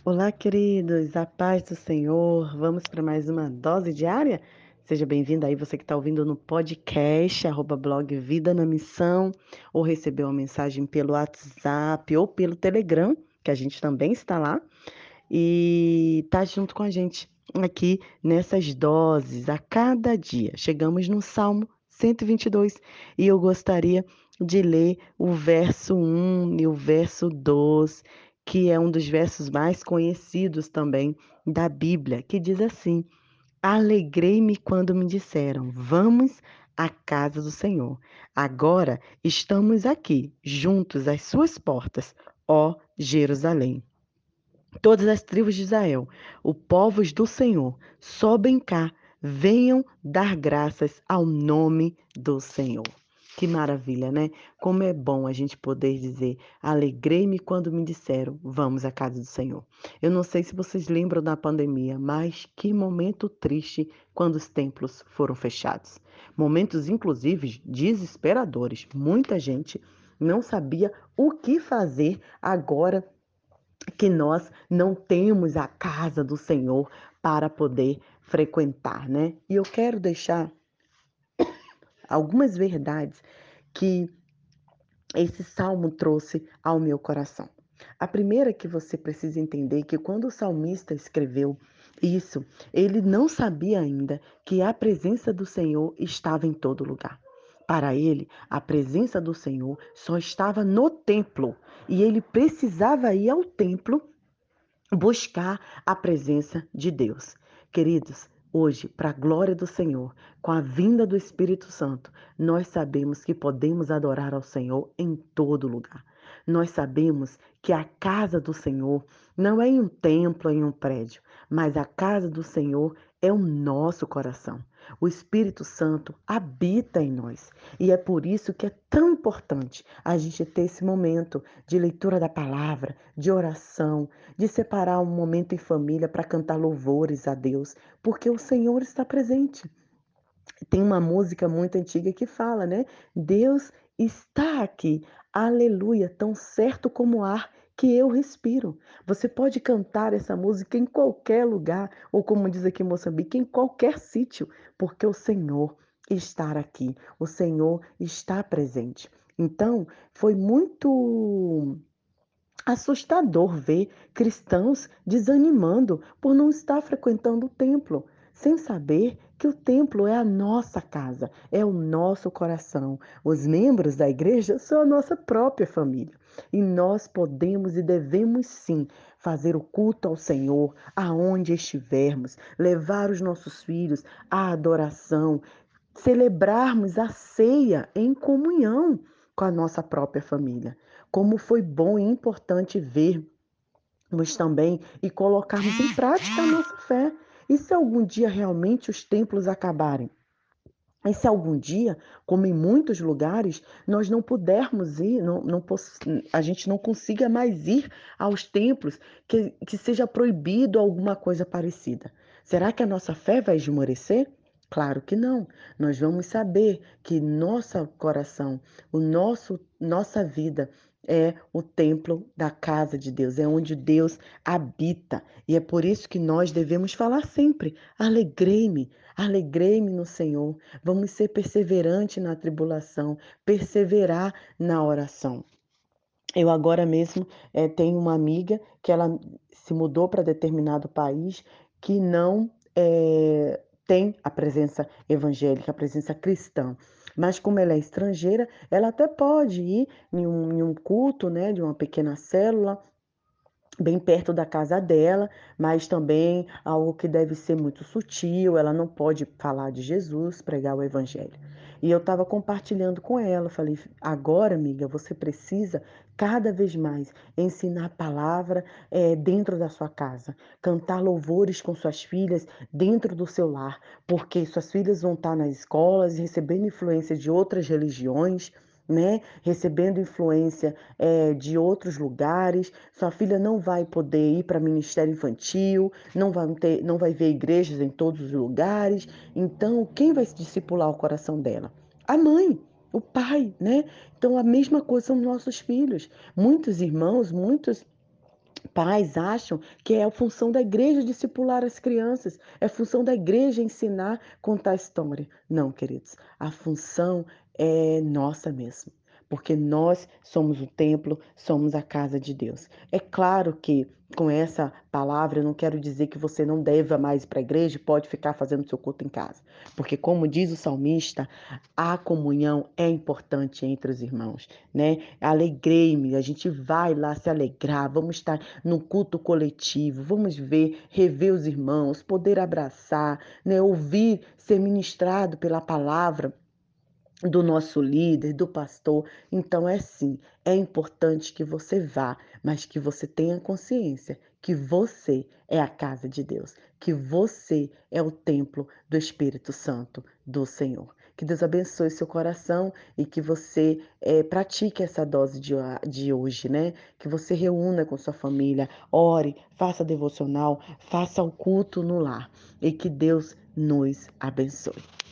Olá, queridos, a paz do Senhor. Vamos para mais uma dose diária? Seja bem-vindo aí, você que está ouvindo no podcast, blog Vida na Missão, ou recebeu uma mensagem pelo WhatsApp ou pelo Telegram, que a gente também está lá, e tá junto com a gente aqui nessas doses a cada dia. Chegamos no Salmo 122 e eu gostaria de ler o verso 1 e o verso 2, que é um dos versos mais conhecidos também da Bíblia, que diz assim: Alegrei-me quando me disseram, vamos à casa do Senhor. Agora estamos aqui, juntos às suas portas, ó Jerusalém. Todas as tribos de Israel, o povos do Senhor, sobem cá, venham dar graças ao nome do Senhor. Que maravilha, né? Como é bom a gente poder dizer, alegrei-me quando me disseram, vamos à casa do Senhor. Eu não sei se vocês lembram da pandemia, mas que momento triste quando os templos foram fechados. Momentos, inclusive, desesperadores. Muita gente não sabia o que fazer agora que nós não temos a casa do Senhor para poder frequentar, né? E eu quero deixar algumas verdades que esse salmo trouxe ao meu coração. A primeira que você precisa entender é que quando o salmista escreveu isso, ele não sabia ainda que a presença do Senhor estava em todo lugar. Para ele, a presença do Senhor só estava no templo e ele precisava ir ao templo buscar a presença de Deus. Queridos, hoje, para a glória do Senhor, com a vinda do Espírito Santo, nós sabemos que podemos adorar ao Senhor em todo lugar. Nós sabemos que a casa do Senhor não é em um templo, em um prédio, mas a casa do Senhor é o nosso coração. O Espírito Santo habita em nós. E é por isso que é tão importante a gente ter esse momento de leitura da palavra, de oração, de separar um momento em família para cantar louvores a Deus, porque o Senhor está presente. Tem uma música muito antiga que fala, né? Deus está aqui, aleluia, tão certo como o ar que eu respiro. Você pode cantar essa música em qualquer lugar, ou como diz aqui em Moçambique, em qualquer sítio, porque o Senhor está aqui, o Senhor está presente. Então, foi muito assustador ver cristãos desanimando por não estar frequentando o templo, sem saber que o templo é a nossa casa, é o nosso coração. Os membros da igreja são a nossa própria família. E nós podemos e devemos sim fazer o culto ao Senhor aonde estivermos, levar os nossos filhos à adoração, celebrarmos a ceia em comunhão com a nossa própria família. Como foi bom e importante vermos também e colocarmos em prática a nossa fé. E se algum dia realmente os templos acabarem? E se algum dia, como em muitos lugares, nós não pudermos ir, a gente não consiga mais ir aos templos, que seja proibido alguma coisa parecida? Será que a nossa fé vai esmorecer? Claro que não. Nós vamos saber que nosso coração, nossa vida é o templo da casa de Deus, é onde Deus habita. E é por isso que nós devemos falar sempre: alegrei-me, alegrei-me no Senhor. Vamos ser perseverantes na tribulação, perseverar na oração. Eu agora mesmo tenho uma amiga que ela se mudou para determinado país que não tem a presença evangélica, a presença cristã. Mas como ela é estrangeira, ela até pode ir em um culto, né, de uma pequena célula, bem perto da casa dela, mas também algo que deve ser muito sutil, ela não pode falar de Jesus, pregar o evangelho. E eu estava compartilhando com ela, falei, agora, amiga, você precisa cada vez mais ensinar a palavra dentro da sua casa, cantar louvores com suas filhas dentro do seu lar, porque suas filhas vão estar nas escolas recebendo influência de outras religiões, né? Recebendo influência de outros lugares, sua filha não vai poder ir para ministério infantil, não vai ver igrejas em todos os lugares. Então, quem vai se discipular o coração dela? A mãe, o pai, né? Então, a mesma coisa são nossos filhos. Muitos irmãos, muitos Pais acham que é a função da igreja discipular as crianças, é função da igreja ensinar, contar história. Não, queridos, a função é nossa mesmo, porque nós somos o templo, somos a casa de Deus. É claro que com essa palavra eu não quero dizer que você não deva mais ir para a igreja e pode ficar fazendo seu culto em casa, porque como diz o salmista, a comunhão é importante entre os irmãos, né? Alegrei-me, a gente vai lá se alegrar, vamos estar no culto coletivo, vamos ver, rever os irmãos, poder abraçar, né, ouvir ser ministrado pela palavra do nosso líder, do pastor. Então, é sim, é importante que você vá, mas que você tenha consciência que você é a casa de Deus, que você é o templo do Espírito Santo do Senhor. Que Deus abençoe seu coração e que você pratique essa dose de hoje, né? Que você reúna com sua família, ore, faça devocional, faça o culto no lar e que Deus nos abençoe.